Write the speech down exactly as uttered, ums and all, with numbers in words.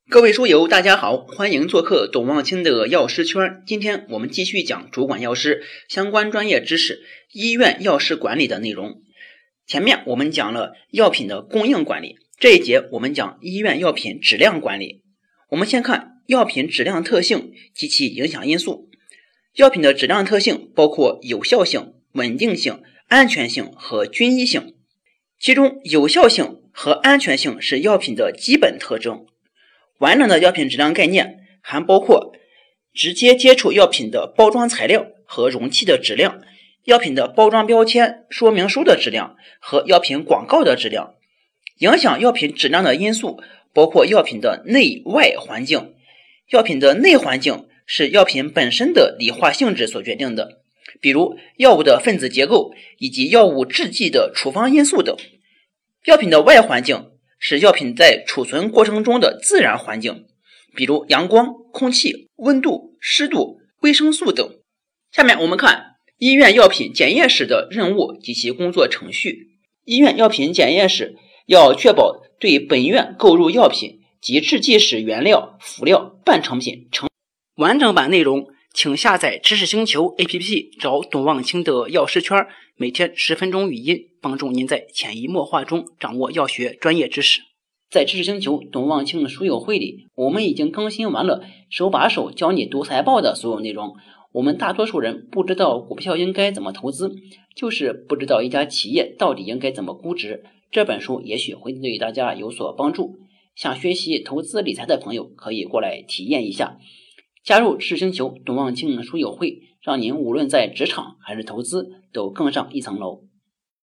各位书友大家好，欢迎做客董望清的药师圈。今天我们继续讲主管药师相关专业知识，医院药师管理的内容。前面我们讲了药品的供应管理，这一节我们讲医院药品质量管理。我们先看药品质量特性及其影响因素。药品的质量特性包括有效性、稳定性、安全性和均一性。其中有效性和安全性是药品的基本特征。完整的药品质量概念还包括直接接触药品的包装材料和容器的质量、药品的包装标签、说明书的质量和药品广告的质量。影响药品质量的因素包括药品的内外环境。药品的内环境是药品本身的理化性质所决定的，比如药物的分子结构以及药物制剂的处方因素等。药品的外环境是药品在储存过程中的自然环境，比如阳光、空气、温度、湿度、维生素等。下面我们看医院药品检验室的任务及其工作程序。医院药品检验室要确保对本院购入药品及制剂室原料、辅料、半成品成完整版内容，请下载知识星球 A P P 找董望清的药师圈，每天十分钟语音，帮助您在潜移默化中掌握药学专业知识。在知识星球董望清书友会里，我们已经更新完了手把手教你读财报的所有内容。我们大多数人不知道股票应该怎么投资，就是不知道一家企业到底应该怎么估值。这本书也许会对大家有所帮助。想学习投资理财的朋友可以过来体验一下，加入知识星球董望清书友会，让您无论在职场还是投资都更上一层楼。